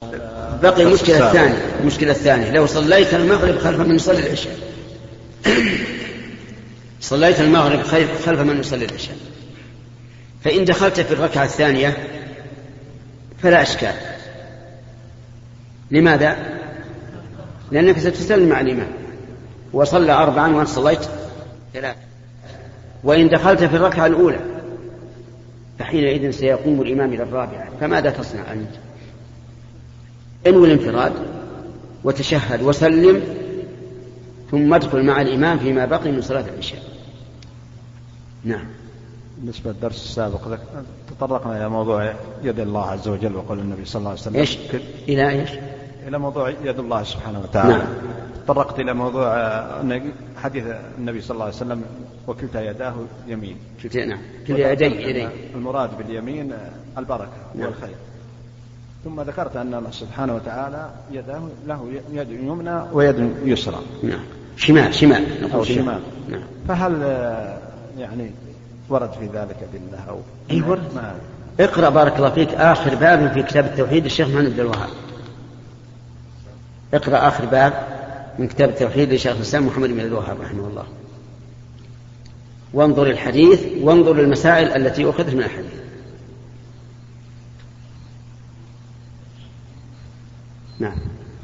بقي المشكلة الثانية لو صليت المغرب خلف من يصلي العشاء صليت المغرب خلف من يصلي العشاء، فإن دخلت في الركعة الثانية فلا أشكال. لماذا؟ لأنك ستسلم مع الإمام وصلى 4 وأنت صليت 3. وإن دخلت في الركعة الأولى فحينئذ سيقوم الإمام إلى الرابعة، فماذا تصنع أنت؟ انوي الانفراد وتشهد وسلم ثم ادخل مع الإمام فيما بقي من صلاة العشاء. نعم. بالنسبة للدرس السابق تطرقنا إلى موضوع يد الله عز وجل وقول النبي صلى الله عليه وسلم إيش؟ إلى موضوع يد الله سبحانه وتعالى. نعم. تطرقت إلى موضوع حديث النبي صلى الله عليه وسلم وكلتا يداه يمين. نعم. كلتا يديه. المراد باليمين البركة والخير. ثم ذكرت أن الله سبحانه وتعالى يداه له يد يمنى ويد يسرى. نعم. شمال. أو شمال. نعم. فهل يعني ورد في ذلك بالله أو أي ورد؟ اقرأ بارك الله فيك آخر باب في كتاب التوحيد للشيخ محمد بن الوهاب. اقرأ آخر باب من كتاب التوحيد للشيخ الإسلام محمد بن الوهاب رحمه الله، وانظر الحديث وانظر المسائل التي أخذت من الحديث. نعم.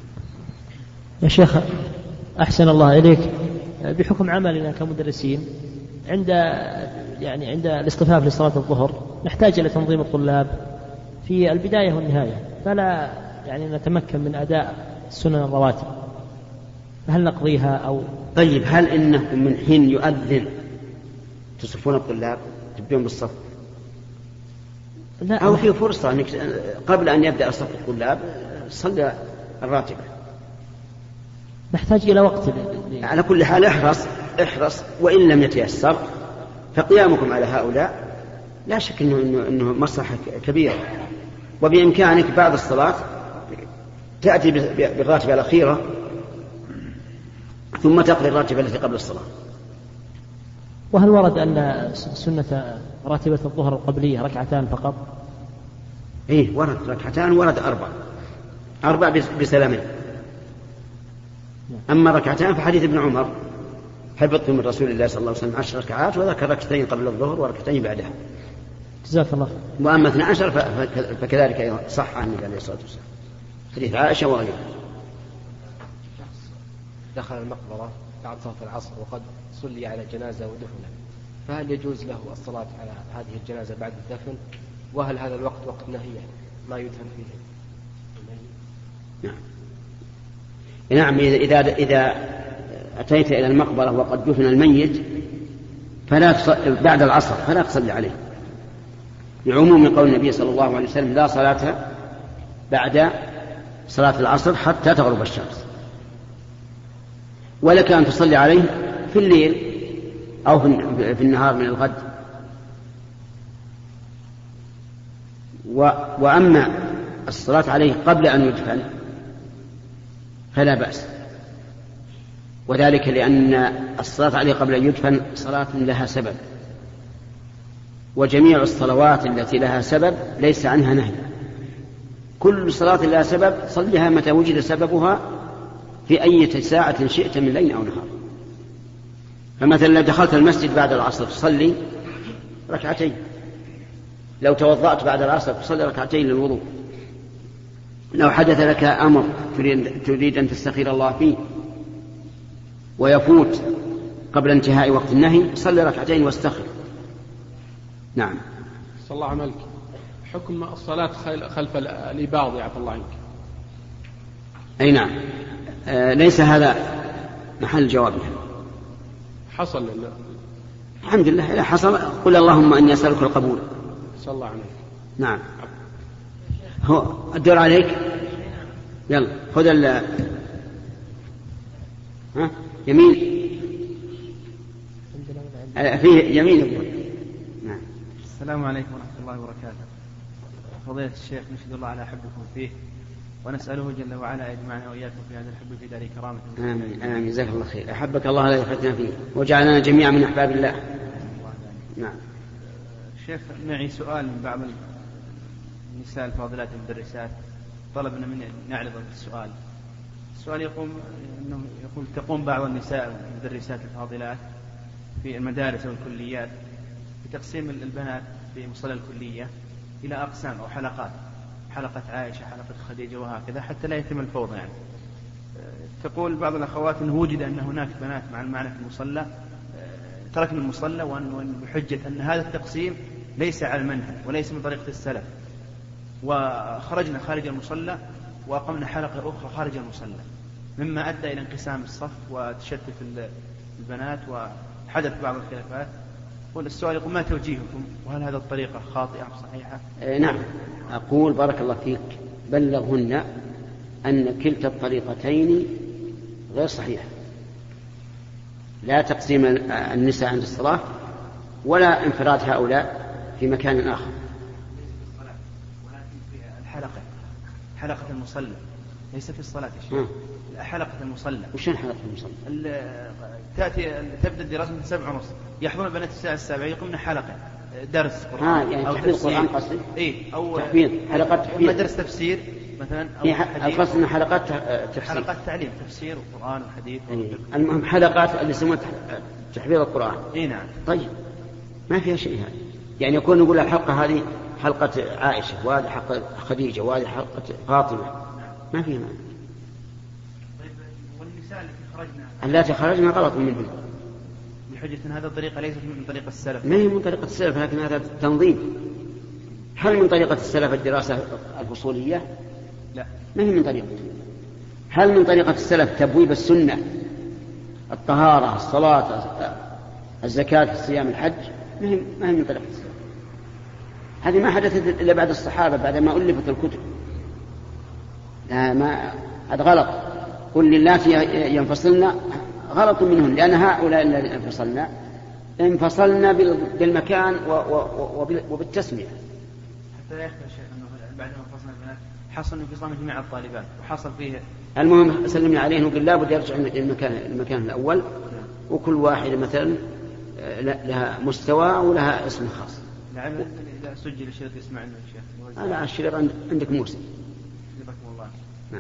يا شيخ أحسن الله إليك، بحكم عملنا كمدرسين عند الاصطفاف لصلاة الظهر نحتاج إلى تنظيم الطلاب في البداية والنهاية، فلا نتمكن من أداء السنن الرواتب، هل نقضيها أو؟ طيب، هل إنكم من حين يؤذن تصفون الطلاب تبدون بالصف؟ لا، أو في فرصة أنك قبل أن يبدأ صف الطلاب صلي الراتبة؟ نحتاج إلى وقت. على كل حال احرص وإن لم يتيسر فقيامكم على هؤلاء لا شك إنه مصلحة كبيرة، وبإمكانك بعد الصلاة تأتي بالراتبة الأخيرة ثم تقضي الراتبة التي قبل الصلاة. وهل ورد أن سنة راتبة الظهر القبلية 2 فقط؟ إيه، ورد 2 ورد 4 بسلامين. أما 2 فحديث ابن عمر حفظت من رسول الله صلى الله عليه وسلم 10 ركعات وذكر 2 قبل الظهر و2 بعدها. جزاك الله خير. وأما 12 فكذلك أيضا صح عن النبي عليه الصلاة والسلام حديث عائشة وغيرها. دخل المقبرة بعد صلاة العصر وقد صلي على جنازة ودفنت، فهل يجوز له الصلاة على هذه الجنازة بعد الدفن؟ وهل هذا الوقت وقت نهي ما يدفن فيه؟ نعم. إذا أتيت إلى المقبرة وقد دفن الميت بعد العصر فلا تصلي عليه، لعموم قول النبي صلى الله عليه وسلم لا صلاة بعد صلاة العصر حتى تغرب الشمس. ولك أن تصلي عليه في الليل أو في النهار من الغد. وأما الصلاة عليه قبل أن يدفن فلا بأس، وذلك لأن الصلاة عليه قبل أن يدفن صلاة لها سبب، وجميع الصلوات التي لها سبب ليس عنها نهي. كل صلاة لها سبب صليها متى وجد سببها في أي ساعة شئت من ليل أو نهار. فمثلا لو دخلت المسجد بعد العصر تصلي 2، لو توضأت بعد العصر تصلي 2 للوضوء، لو حدث لك أمر تريد أن تستخير الله فيه ويفوت قبل انتهاء وقت النهي صلي 2 واستخر. نعم. صلى الله عملك. حكم الصلاة خلف الإباض يعفى الله عنك. أي نعم. ليس هذا محل جوابها. حصل الحمد لله. إذا حصل قل اللهم أني أسألك القبول. صلى الله عليه. نعم. هو الدور عليك. يلا خذ يمين. فيه يمين يقول. نعم. السلام عليكم ورحمة الله وبركاته. فضيلة الشيخ نشهد الله على حبكم فيه ونسأله جل وعلا يجمعنا وإياكم في هذا الحب في دار كرامة. آمين آمين. جزاك الله خير. أحبك الله لا يفتنا فيه وجعلنا جميعا من أحباب الله. نعم. شيخ معي سؤال من بعض النساء الفاضلات المدرسات طلبنا مني أن نعرض السؤال. السؤال يقول تقوم بعض النساء المدرسات الفاضلات في المدارس والكليات بتقسيم البنات في مصلى الكلية إلى أقسام أو حلقات، حلقة عائشة، حلقة خديجة وهكذا، حتى لا يتم الفوضى يعني. تقول بعض الأخوات أنه وجد أن هناك بنات معنا في المصلى تركنا المصلى، وحجة أن هذا التقسيم ليس على المنهج وليس من طريقة السلف، وخرجنا خارج المصلى وأقمنا حلقة أخرى خارج المصلى، مما أدى إلى انقسام الصف وتشتت البنات وحدث بعض الخلافات. والسؤال يقول ما توجيهكم، وهل هذه الطريقة خاطئة أم صحيحة؟ نعم، أقول بارك الله فيك بلغهن أن كلتا الطريقتين غير صحيحة، لا تقسيم النساء عند الصلاة ولا انفراد هؤلاء في مكان آخر. ولكن في الحلقة، حلقة المصلى، ليس في الصلاة يا شيخ. حلقة المصلى. وشين حلقة المصلى؟ تبدأ الدراسة من 7:30، يحضرون البنات الساعة 7 يقومن حلقة درس قرآن يعني أو تحفيظ القرآن قصدي؟ إيه، أو تحفيظ، حلقات تحفيظ، درس تفسير مثلا، أو القصد أن حلقات تفسير، حلقات تعليم تفسير وقرآن وحديث. المهم حلقات اللي يسمونها تحفيظ القرآن. إيه نعم. طيب ما فيها شيء هذا، يعني يكون نقول الحلقة هذه حلقة عائشة، وهذه حلقة خديجة، وهذه حلقة فاطمة، ما فيها معنى. والنساء التي خرجنا التي خرجنا غلط منهم بحجة أن هذه الطريقة ليست من طريقة السلف. ما هي من طريقة السلف، لكن هذا تنظيم. هل من طريقة السلف الدراسة الفصولية؟ لا، ما هي من طريقة. هل من طريقة السلف تبويب السنة، الطهارة، الصلاة، الزكاة، الصيام، الحج؟ ما هي من طريقة السلف. هذه ما حدثت إلا بعد الصحابة، بعد ما ألفت الكتب. لا، ما هذا غلط. قل للاتي ينفصلن غلط منهن، لأن هؤلاء الذين انفصلنا بالمكان وبالتسمية. حتى لا يخفى شيء أنه بعد ما انفصلنا البنات حصل انفصام جميع الطالبات وحصل فيه. المهم سلمنا عليه نقول لابد يرجع المكان الأول، وكل واحدة مثلا لها مستوى ولها اسم خاص. لعل إذا سجل الشريط يسمع عنه الشيخ. أنا الشريط عندك موسى. جزاكم الله. نعم.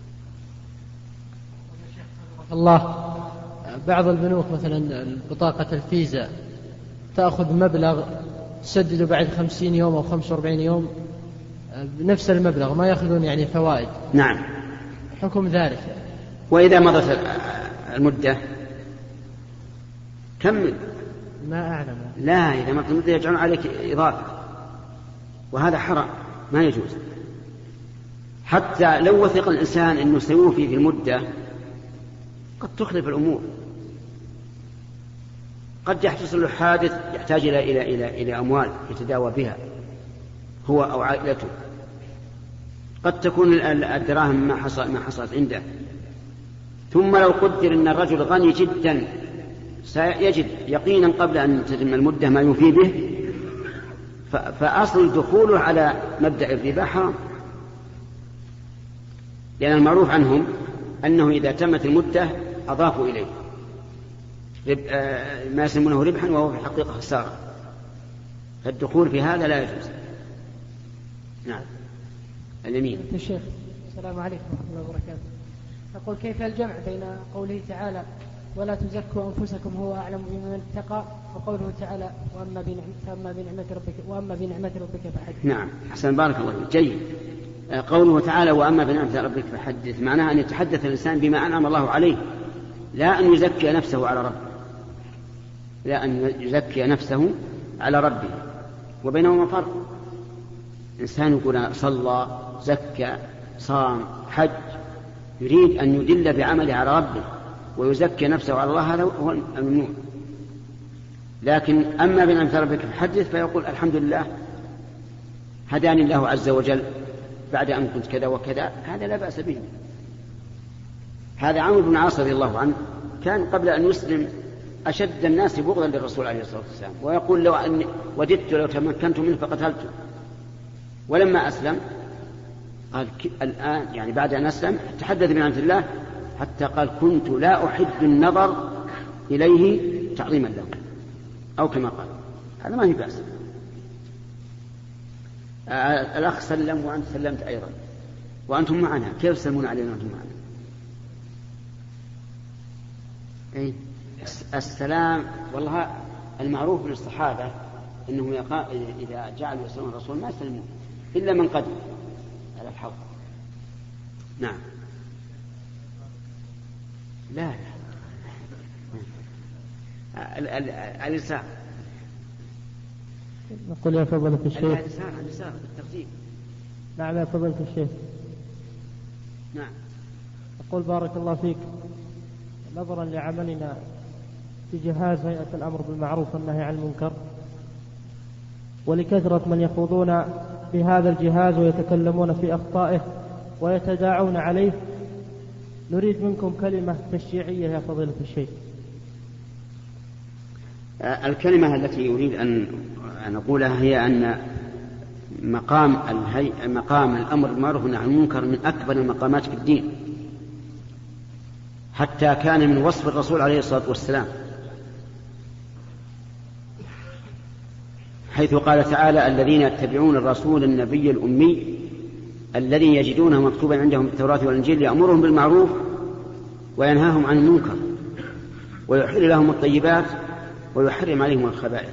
الله، بعض البنوك مثلا بطاقة الفيزا تأخذ مبلغ تسدده بعد 50 يوم أو 45 يوم بنفس المبلغ، ما يأخذون يعني فوائد. نعم. حكم ذلك؟ وإذا مضت المدة كمل. ما أعلم. لا، إذا مضت المدة يجعلون عليك إضافة، وهذا حرام ما يجوز. حتى لو وثق الإنسان أنه سيوفي في المدة قد تخلف الأمور، قد يحدث له حادث يحتاج إلى أموال يتداوى بها هو أو عائلته، قد تكون الدراهم ما حصلت عنده. ثم لو قدر أن الرجل غني جدا سيجد يقينا قبل أن تتم المدة ما يوفي به، فأصل دخوله على مبدأ الربا حرام، لأن المعروف عنهم أنه إذا تمت المدة أضافوا إليه ما يسمونه ربحا وهو في الحقيقة خسارة، فالدخول في هذا لا يجوز. نعم. اليمين. الشيخ السلام عليكم ورحمة الله وبركاته. أقول كيف الجمع بين قوله تعالى ولا تزكوا أنفسكم هو أعلم بمن اتقى، وقوله تعالى وأما بنعمة ربك فحدث. نعم، حسن، بارك الله فيك، جيد. قوله تعالى وأما بنعمة ربك فحدث، معناها أن يتحدث الإنسان بما أنعم الله عليه، لا أن يزكي نفسه على ربه، لا أن يزكي نفسه على ربه، وبينهما فرق. إنسان يقول صلى، زكى، صام، حج، يريد أن يدل بعمله على ربه ويزكي نفسه على الله، هذا هو الممنوع. لكن أما بنعمة ربك فحدث، فيقول الحمد لله هداني الله عز وجل بعد أن كنت كذا وكذا، هذا لا بأس به. هذا عمرو بن العاص رضي الله عنه كان قبل أن يسلم أشد الناس بغضا للرسول عليه الصلاة والسلام، ويقول لو أني وددت لو تمكنت منه فقتلته. ولما أسلم قال الآن يعني بعد أن أسلم تحدث بنعمة الله حتى قال كنت لا أحد النظر إليه تعظيما له، أو كما قال. هذا ما هي بأس. الأخ سلم وأنت سلمت أيضا، وأنتم معنا، كيف تسلمون علينا وأنتم معنا؟ أي السلام، والله المعروف من الصحابة أنهم إذا جعلوا يسلمون الرسول ما يسلمون إلا من قدم على الحظ. نعم. لا اليسار. نقول يا فضيلة الشيخ. اليسار بالترتيب. نعم يا فضيلة الشيخ. نعم. أقول بارك الله فيك، نظرا لعملنا في جهاز هيئة الأمر بالمعروف والنهي عن المنكر، ولكثرة من يخوضون بهذا الجهاز ويتكلمون في أخطائه ويتداعون عليه، نريد منكم كلمة تشجيعية يا فضيلة الشيخ. الكلمة التي أريد أن أقولها هي أن مقام الأمر بالمعروف والنهي عن المنكر من أكبر المقامات في الدين، حتى كان من وصف الرسول عليه الصلاة والسلام، حيث قال تعالى: الذين يتبعون الرسول النبي الأمي الذي يجدونه مكتوبا عندهم في التوراة والإنجيل يأمرهم بالمعروف وينهاهم عن المنكر ويحل لهم الطيبات ويحرم عليهم الخبائث.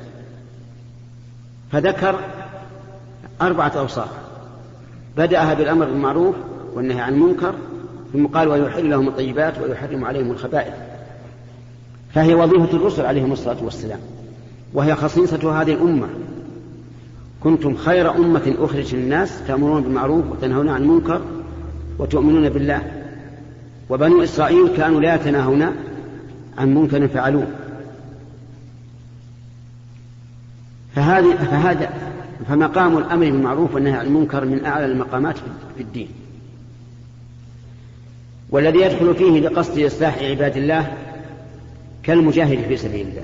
فذكر 4 أوصاف، بدأها بالأمر بالمعروف والنهي عن المنكر، ثم قال: ويحل لهم الطيبات ويحرم عليهم الخبائث. فهي وظيفة الرسل عليهم الصلاة والسلام، وهي خصيصة هذه الأمة: كنتم خير أمة أخرجت للناس تأمرون بالمعروف وتنهون عن المنكر وتؤمنون بالله. وبنو إسرائيل كانوا لا يتناهون عن منكر فعلوه. فمقام الأمر بالمعروف والنهي عن المنكر من أعلى المقامات في الدين، والذي يدخل فيه لقصد إصلاح عباد الله كالمجاهد في سبيل الله.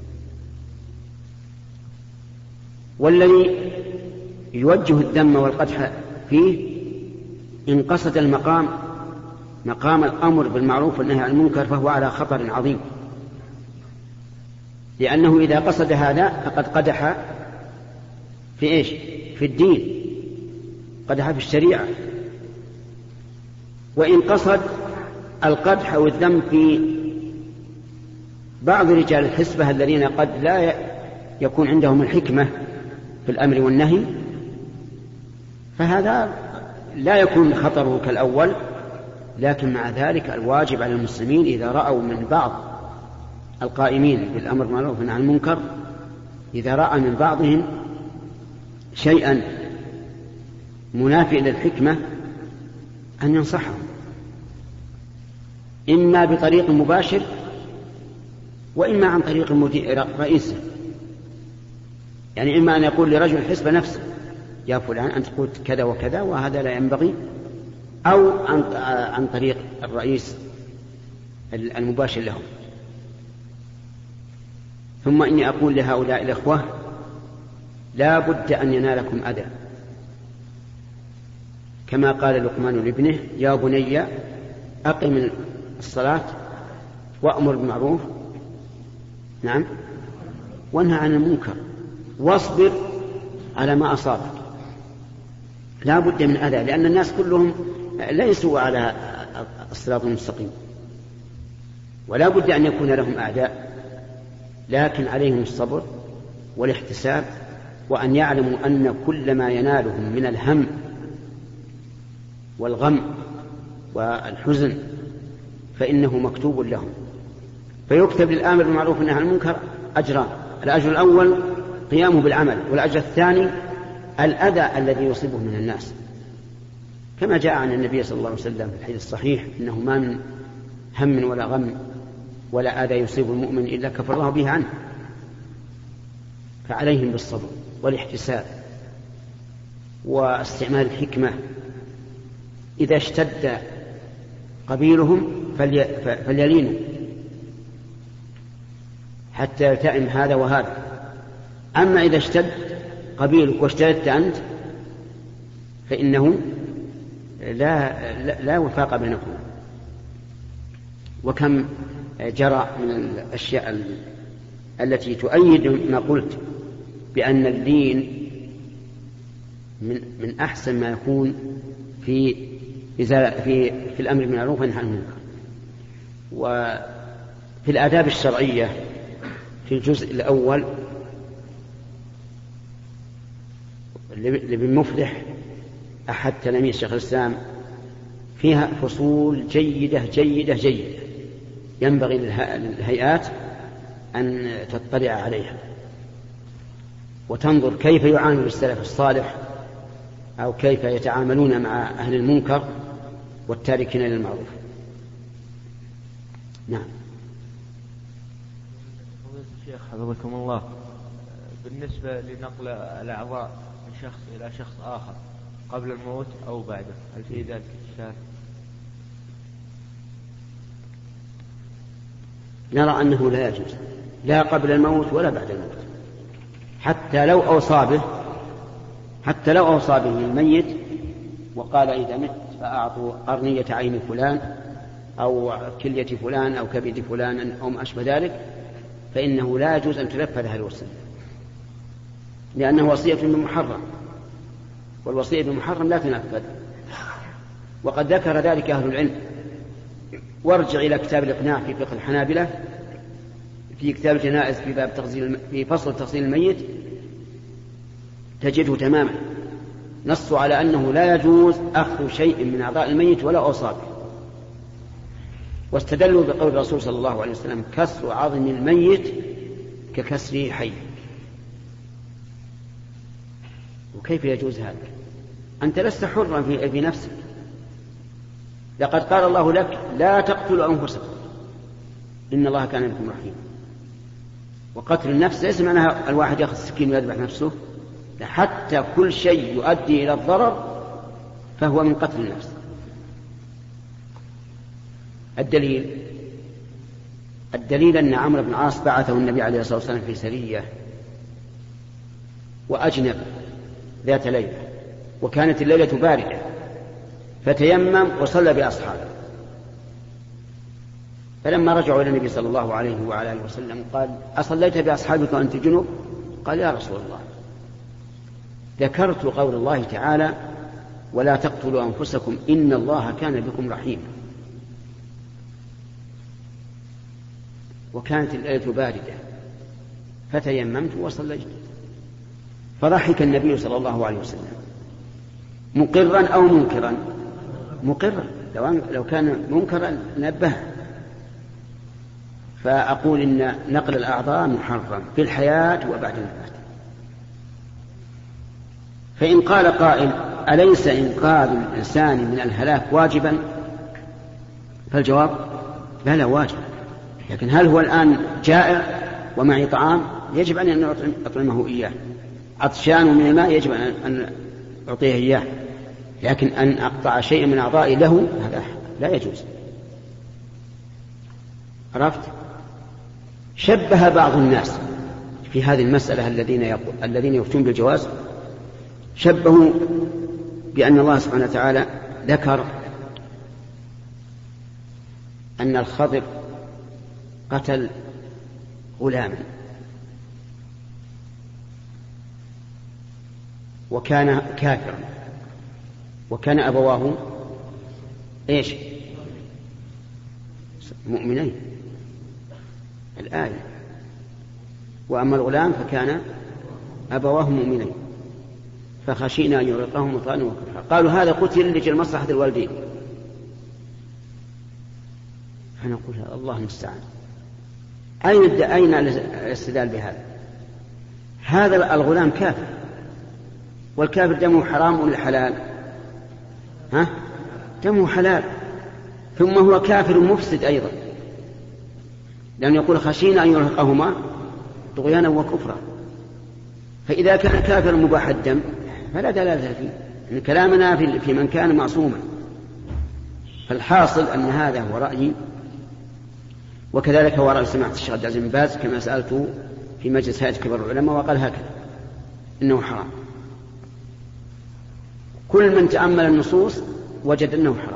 والذي يوجه الذم والقدح فيه إن قصد مقام الأمر بالمعروف والنهي عن المنكر فهو على خطر عظيم، لأنه إذا قصد هذا فقد قدح في إيش؟ في الدين، قدح في الشريعة. وإن قصد القدح والذم في بعض رجال الحسبة الذين قد لا يكون عندهم الحكمة في الأمر والنهي، فهذا لا يكون خطره كالأول. لكن مع ذلك الواجب على المسلمين إذا رأوا من بعض القائمين بالأمر بالمعروف والنهي عن المنكر، إذا رأى من بعضهم شيئا منافئ للحكمة أن ينصحهم، إما بطريق مباشر وإما عن طريق رئيسه. يعني إما أن يقول لرجل الحسبة نفسه: يا فلان أنت قلت كذا وكذا وهذا لا ينبغي، أو عن طريق الرئيس المباشر لهم. ثم إني أقول لهؤلاء الإخوة: لا بد أن ينالكم أذى، كما قال لقمان لابنه: يا بني أقم الصلاة وأمر بالمعروف نعم وانهى عن المنكر واصبر على ما أصابك. لا بد من أذى، لأن الناس كلهم ليسوا على الصراط المستقيم، ولا بد أن يكون لهم أعداء، لكن عليهم الصبر والاحتساب، وأن يعلموا أن كل ما ينالهم من الهم والغم والحزن فإنه مكتوب لهم. فيكتب للآمر بالمعروف والنهي عن المنكر أجران: الأجر الأول قيامه بالعمل، والأجر الثاني الأذى الذي يصيبه من الناس، كما جاء عن النبي صلى الله عليه وسلم في الحديث الصحيح: إنه ما من هم ولا غم ولا أذى يصيب المؤمن إلا كفر الله به عنه. فعليهم بالصبر والاحتساب واستعمال الحكمة. إذا اشتد قبيلهم فليلينوا حتى يلتئم هذا وهذا. أما إذا اشتد قبيلك واشتدت أنت فإنه لا وفاق بينكم. وكم جرى من الأشياء التي تؤيد ما قلت بأن الدين من أحسن ما يكون في في الأمر بالمعروف والنهي عن المنكر. وفي الآداب الشرعية في الجزء الأول لابن مفلح أحد تلاميذ شيخ الإسلام فيها فصول جيدة جيدة جيدة ينبغي للهيئات أن تطلع عليها وتنظر كيف يعامل السلف الصالح أو كيف يتعاملون مع أهل المنكر والتاركين للمعروف. نعم. الشيخ حفظكم الله، بالنسبة لنقل الأعضاء من شخص إلى شخص آخر قبل الموت أو بعده، هل في ذلك إشكال؟ نرى أنه لا يجوز، لا قبل الموت ولا بعد الموت، حتى لو أوصى به الميت وقال إذا مت فأعطوا قرنية عين فلان أو كلية فلان أو كبد فلان أو ما أشبه ذلك، فإنه لا يجوز أن تنفذ هذه الوصية، لأنه وصية بمحرم، والوصية بمحرم لا تنفذ. وقد ذكر ذلك أهل العلم، وارجع إلى كتاب الإقناع في فقه الحنابلة في كتاب الجنائز في فصل تغسيل الميت تجده تماما نص على أنه لا يجوز أخذ شيء من أعضاء الميت ولا أوصابه، واستدلوا بقول الرسول صلى الله عليه وسلم: كسر عظم الميت ككسره حي. وكيف يجوز هذا؟ أنت لست حرا في نفسك، لقد قال الله لك: لا تقتلوا أنفسكم إن الله كان بكم رحيما. وقتل النفس ليس معناها الواحد يأخذ السكين ويذبح نفسه، حتى كل شيء يؤدي إلى الضرر فهو من قتل النفس. الدليل أن عمرو بن العاص بعثه النبي عليه الصلاة والسلام في سرية وأجنب ذات ليلة، وكانت الليلة باردة، فتيمم وصلى بأصحابه. فلما رجعوا إلى النبي صلى الله عليه وعلى آله وسلم قال: أصليت بأصحابك وأنت جنب؟ قال: يا رسول الله، ذكرت قول الله تعالى: ولا تقتلوا أنفسكم إن الله كان بكم رحيما. وكانت الليلة باردة فتيممت وصليت. فضحك النبي صلى الله عليه وسلم مقرا أو منكرا؟ مقرا، لو كان منكرا نبه. فأقول إن نقل الأعضاء محرم في الحياة وبعد الممات. فإن قال قائل: أليس إنقاذ الإنسان من الهلاك واجبا؟ فالجواب: لا واجب، لكن هل هو الآن جائع ومعي طعام؟ يجب أن أطعمه إياه. عطشان من الماء يجب أن أعطيه إياه، لكن أن أقطع شيء من أعضائي له هذا لا يجوز. عرفت؟ شبه بعض الناس في هذه المسألة الذين يفتون بالجواز، شبهوا بأن الله سبحانه وتعالى ذكر أن الخضر قتل غلاما وكان كافرا وكان أبواه إيش؟ مؤمنين، الآية. وأما الغلام فكان أبواه مؤمنين فخشينا أن يرهقهم طغيانا وكفرا. قالوا هذا قتل لأجل مصلحة الوالدين. فنقول الله المستعان، أين الاستدلال بهذا؟ هذا الغلام كافر، والكافر دمه حرام ولا حلال؟ دمه حلال، ثم هو كافر مفسد أيضا، لأنه يقول خشينا أن يرهقهما طغيانا وكفرا. فإذا كان كافر مباح الدم فلا دلالة فيه، إن كلامنا في من كان معصوما. فالحاصل أن هذا هو رأيي، وكذلك هو رأي سماحة الشيخ عبد العزيز بن باز كما سألته في مجلس هيئة كبار العلماء وقال هكذا إنه حرام. كل من تأمل النصوص وجد أنه حرام.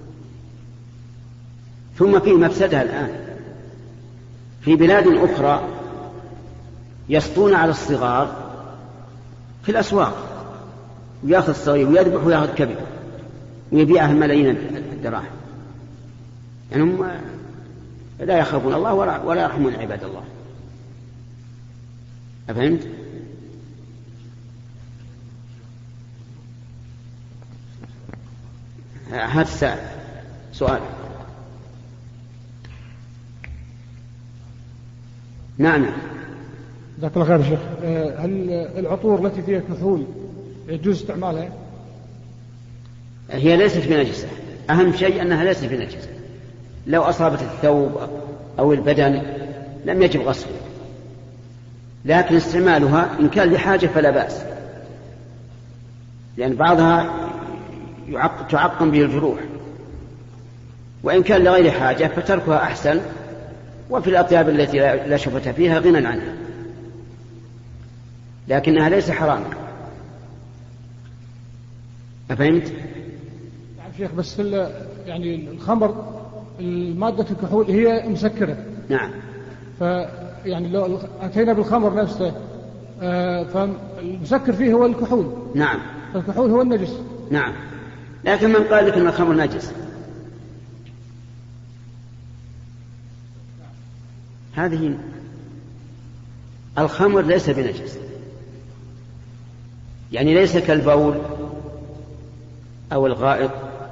ثم فيه مفسدة الآن في بلاد أخرى يسطون على الصغار في الأسواق، ويأخذ الصغير ويذبح ويأخذ كبير ويبيعها ملايين الدراهم. يعني هم لا يخافون الله ولا يرحمون عباد الله. أفهمت؟ هذا سؤال. نعم. جزاك الله خير يا شيخ. هل العطور التي فيها كحول يجوز استعمالها؟ هي ليست بنجسة. أهم شيء أنها ليست بنجسة. لو أصابت الثوب أو البدن لم يجب غسله، لكن استعمالها إن كان لحاجة فلا بأس، لأن بعضها تعقم به الجروح، وإن كان لغير حاجة فتركها أحسن. وفي الأطياب التي لا شبهة فيها غنى عنها، لكنها ليس حراما. أفهمت؟ يعني شيخ بس يعني الخمر المادة الكحول هي مسكرة. نعم. فيعني لو أتينا بالخمر نفسه فالمسكر فيه هو الكحول. نعم. الكحول هو النجس. نعم. لكن من قال لك أن الخمر نجس؟ هذه الخمر ليس بنجس، يعني ليس كالبول أو الغائط،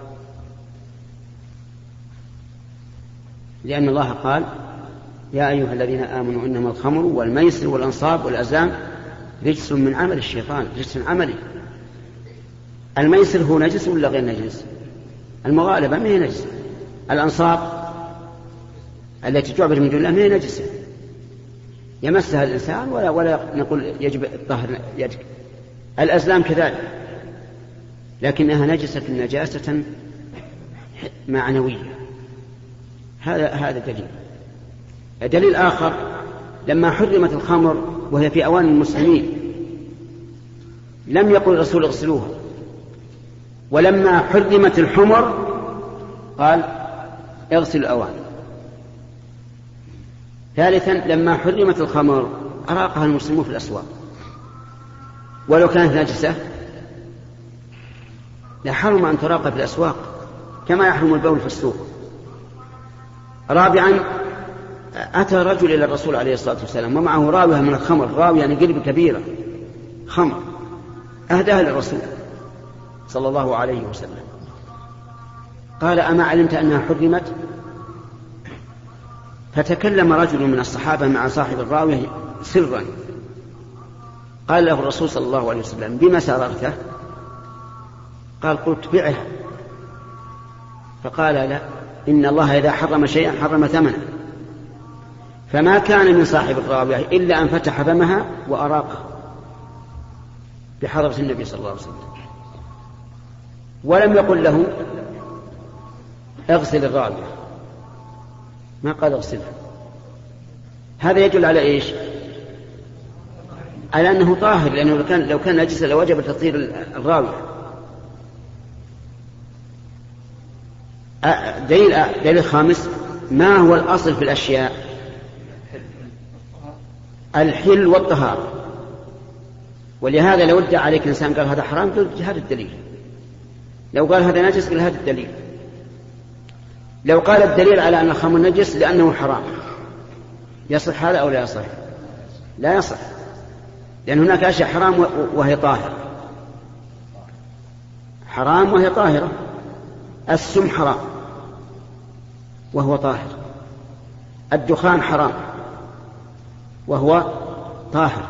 لأن الله قال يا أيها الذين آمنوا إنما الخمر والميسر والأنصاب والأزلام رجس من عمل الشيطان، رجس عملي. الميسر هو نجس ولا غير نجس؟ المغالبة ما هي نجس. الأنصاب التي تعبد من دون الله ما هي نجسة، يمسها الإنسان ولا نقول يجب الطهر يدك. الأزلام كذلك، لكنها نجسة نجاسة معنوية. هذا دليل. دليل آخر، لما حرمت الخمر وهي في أوان المسلمين لم يقل الرسول اغسلوها، ولما حرمت الحمر قال اغسل الأوان. ثالثا، لما حرمت الخمر أراقها المسلمون في الأسواق، ولو كانت نجسة لحرم أن تراق في الأسواق كما يحرم البول في السوق. رابعا، أتى رجل إلى الرسول عليه الصلاة والسلام ومعه راوية من الخمر، راوية يعني قلب كبيرة خمر، أهداها للرسول صلى الله عليه وسلم. قال أما علمت أنها حرمت؟ فتكلم رجل من الصحابة مع صاحب الراوية سرا، قال له الرسول صلى الله عليه وسلم بما سررته؟ قال قلت بعها. فقال لا، إن الله إذا حرم شيئا حرم ثمنه، فما كان من صاحب الراوية إلا أن فتح فمها وأراقه بحضرة النبي صلى الله عليه وسلم، ولم يقل له اغسل الراوية، ما قال اغسلها. هذا يدل على إيش؟ على أنه طاهر، لأنه لو كان نجسا لوجب تطهير الراوية. دليل خامس، ما هو الأصل في الأشياء؟ الحل والطهارة. ولهذا لو ادعى عليك إنسان قال هذا حرام قل هذا الدليل، لو قال هذا نجس قل هذا الدليل. لو قال الدليل على أن الخمر نجس لأنه حرام، يصح هذا أو لا يصح؟ لا يصح، لأن هناك أشياء حرام وهي طاهرة، حرام وهي طاهرة. السم حرام وهو طاهر، الدخان حرام وهو طاهر،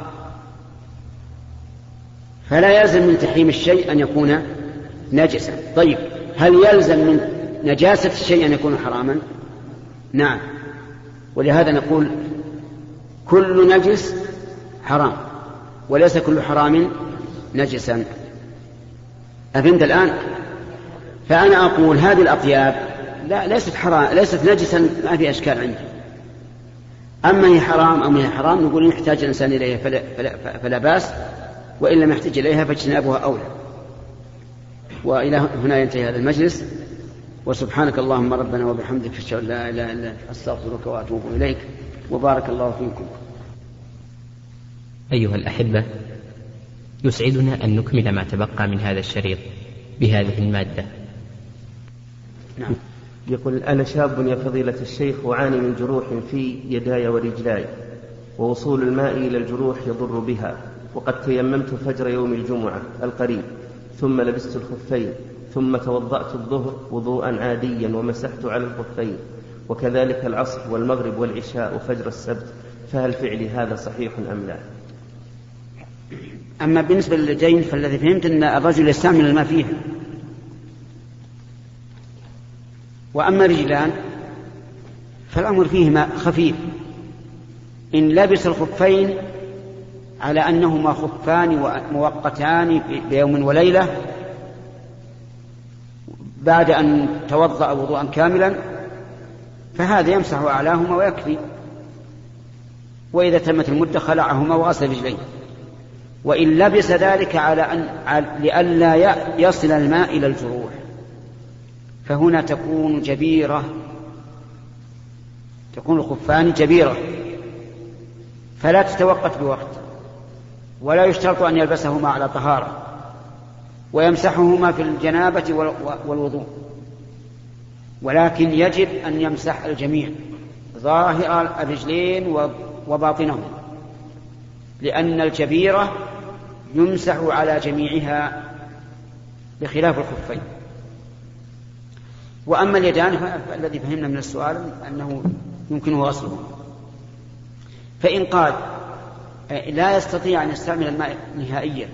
فلا يلزم من تحريم الشيء أن يكون نجسا. طيب، هل يلزم من نجاسة الشيء أن يكون حراما؟ نعم، ولهذا نقول كل نجس حرام وليس كل حرام نجسا. أفهمت الآن؟ فأنا أقول هذه الأطياب ليست حرام، ليست نجسا، ما في أشكال عندي. أما هي حرام أم هي حرام نقول إن احتاج الإنسان إليها فلا بأس، وإن لم يحتاج إليها فاجتنابها أولى. وإلى هنا ينتهي هذا المجلس، وسبحانك اللهم ربنا وبحمدك أشهد أن لا إله إلا أنت أستغفرك وأتوب إليك، وبارك الله فيكم. أيها الأحبة، يسعدنا أن نكمل ما تبقى من هذا الشريط بهذه المادة. نعم. يقول: أنا شاب يا فضيلة الشيخ أعاني من جروح في يداي ورجلاي، ووصول الماء إلى الجروح يضر بها، وقد تيممت فجر يوم الجمعة القريب، ثم لبست الخفين، ثم توضأت الظهر وضوءا عاديا ومسحت على الخفين، وكذلك العصر والمغرب والعشاء وفجر السبت، فهل فعلي هذا صحيح أم لا؟ أما بالنسبة لليدين فالذي فهمت أن الرجل يستعمل الماء فيها، وأما الرجلان فالأمر فيهما خفيف. إن لبس الخفين على أنهما خفان مؤقتان بيوم وليلة بعد أن توضأ وضوءا كاملا فهذا يمسح أعلاهما ويكفي، وإذا تمت المدة خلعهما وغسل رجليه. وإن لبس ذلك لئلا يصل الماء إلى الجروح فهنا تكون جبيرة، تكون الخفان جبيرة، فلا تتوقت بوقت، ولا يشترط أن يلبسهما على طهارة، ويمسحهما في الجنابة والوضوء، ولكن يجب أن يمسح الجميع ظاهر الرجلين وباطنهما، لأن الجبيرة يمسح على جميعها بخلاف الخفين. وأما اليدان فالذي فهمنا من السؤال أنه يمكنه غسله. فإن قال لا يستطيع أن يستعمل الماء نهائيا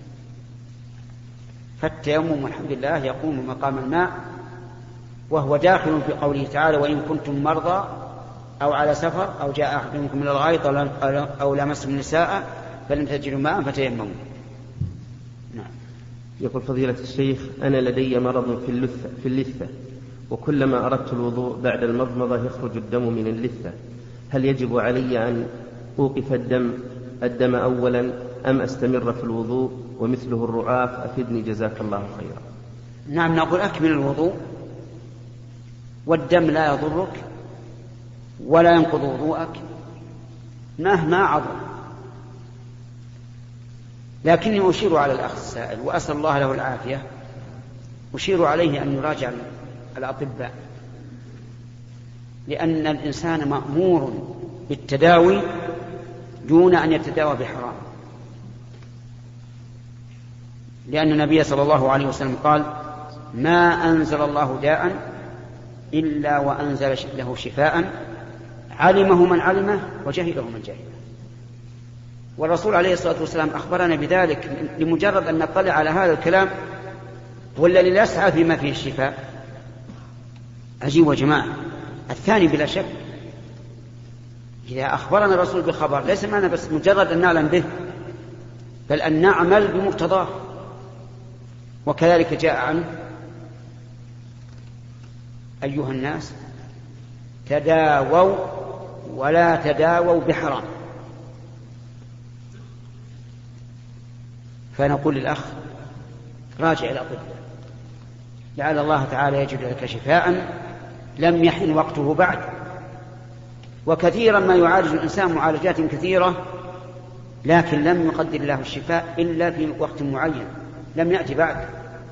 فالتيمم والحمد لله يقوم مقام الماء، وهو داخل في قوله تعالى: وإن كنتم مرضى أو على سفر أو جاء أحد منكم من الغائط أو لامستم النساء فلم تجدوا ماء فتيمموا. نعم. يقول: فضيلة الشيخ، أنا لدي مرض في اللثة، وكلما أردت الوضوء بعد المضمضة يخرج الدم من اللثة، هل يجب علي أن أوقف الدم أولا أم أستمر في الوضوء ومثله الرعاف؟ أفدني جزاك الله خيرا. نعم، نقول أكمل الوضوء، والدم لا يضرك ولا ينقض وضوءك مهما عظم. لكني أشير على الأخ السائل وأسأل الله له العافية، أشير عليه أن يراجع الأطباء، لأن الإنسان مأمور بالتداوي دون أن يتداوى بحرام، لأن النبي صلى الله عليه وسلم قال: ما أنزل الله داء إلا وأنزل له شفاء علمه من علمه وجهله من جهله. والرسول عليه الصلاة والسلام أخبرنا بذلك لمجرد أن نطلع على هذا الكلام والذي يسعى فيما فيه الشفاء. عجيب وجماعة. الثاني بلا شك إذا أخبرنا الرسول بخبر ليس معنا بس مجرد أن نعلم به، بل أن نعمل بمقتضاه. وكذلك جاء عنه: أيها الناس تداووا ولا تداووا بحرام. فنقول للأخ: راجع الأطباء لعل الله تعالى يجد لك شفاء لم يحن وقته بعد. وكثيرا ما يعالج الإنسان معالجات كثيرة لكن لم يقدر الله الشفاء إلا في وقت معين لم يأتي بعد.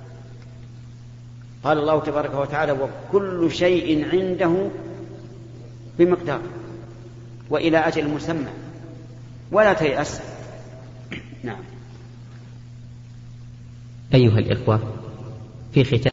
قال الله تبارك وتعالى: وكل شيء عنده بمقدار وإلى أجل مسمى ولا تيأس. نعم. أيها الإخوة، في ختام